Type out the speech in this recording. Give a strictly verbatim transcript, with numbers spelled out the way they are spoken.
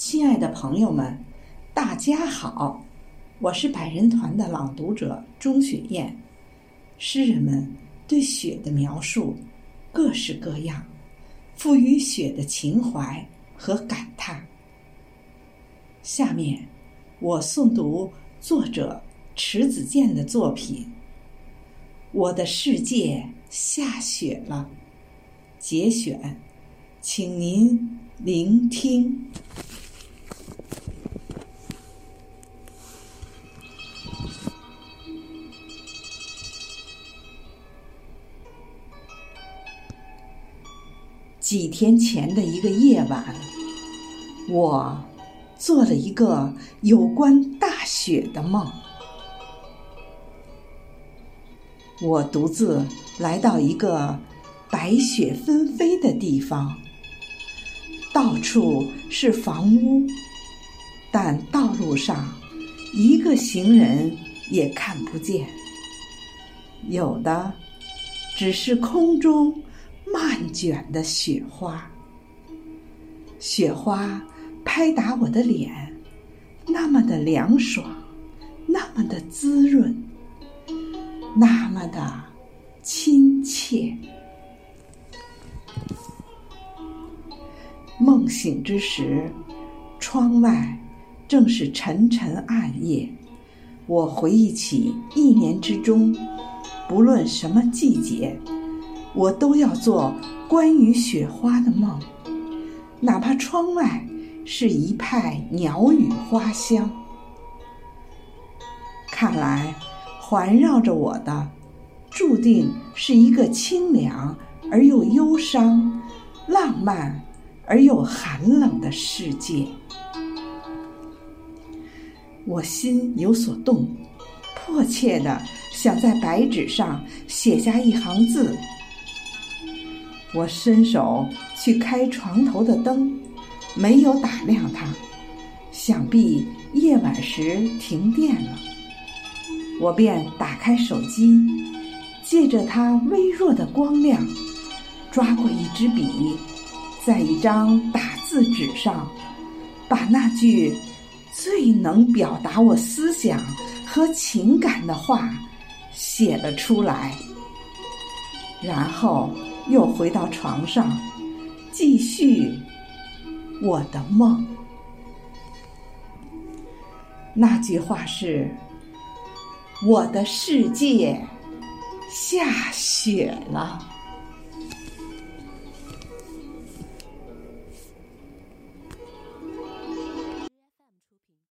亲爱的朋友们，大家好，我是百人团的朗读者钟雪燕。诗人们对雪的描述各式各样，赋予雪的情怀和感叹。下面我诵读作者迟子建的作品《我的世界下雪了》节选，请您聆听。几天前的一个夜晚，我做了一个有关大雪的梦。我独自来到一个白雪纷飞的地方，到处是房屋，但道路上一个行人也看不见，有的只是空中漫卷的雪花。雪花拍打我的脸，那么的凉爽，那么的滋润，那么的亲切。梦醒之时，窗外正是沉沉暗夜。我回忆起一年之中，不论什么季节，我都要做关于雪花的梦，哪怕窗外是一派鸟语花香。看来环绕着我的注定是一个清凉而又忧伤，浪漫而又寒冷的世界。我心有所动，迫切地想在白纸上写下一行字。我伸手去开床头的灯，没有打亮它，想必夜晚时停电了。我便打开手机，借着它微弱的光亮，抓过一支笔，在一张打字纸上，把那句最能表达我思想和情感的话写了出来，然后又回到床上，继续我的梦。那句话是：我的世界下雪了。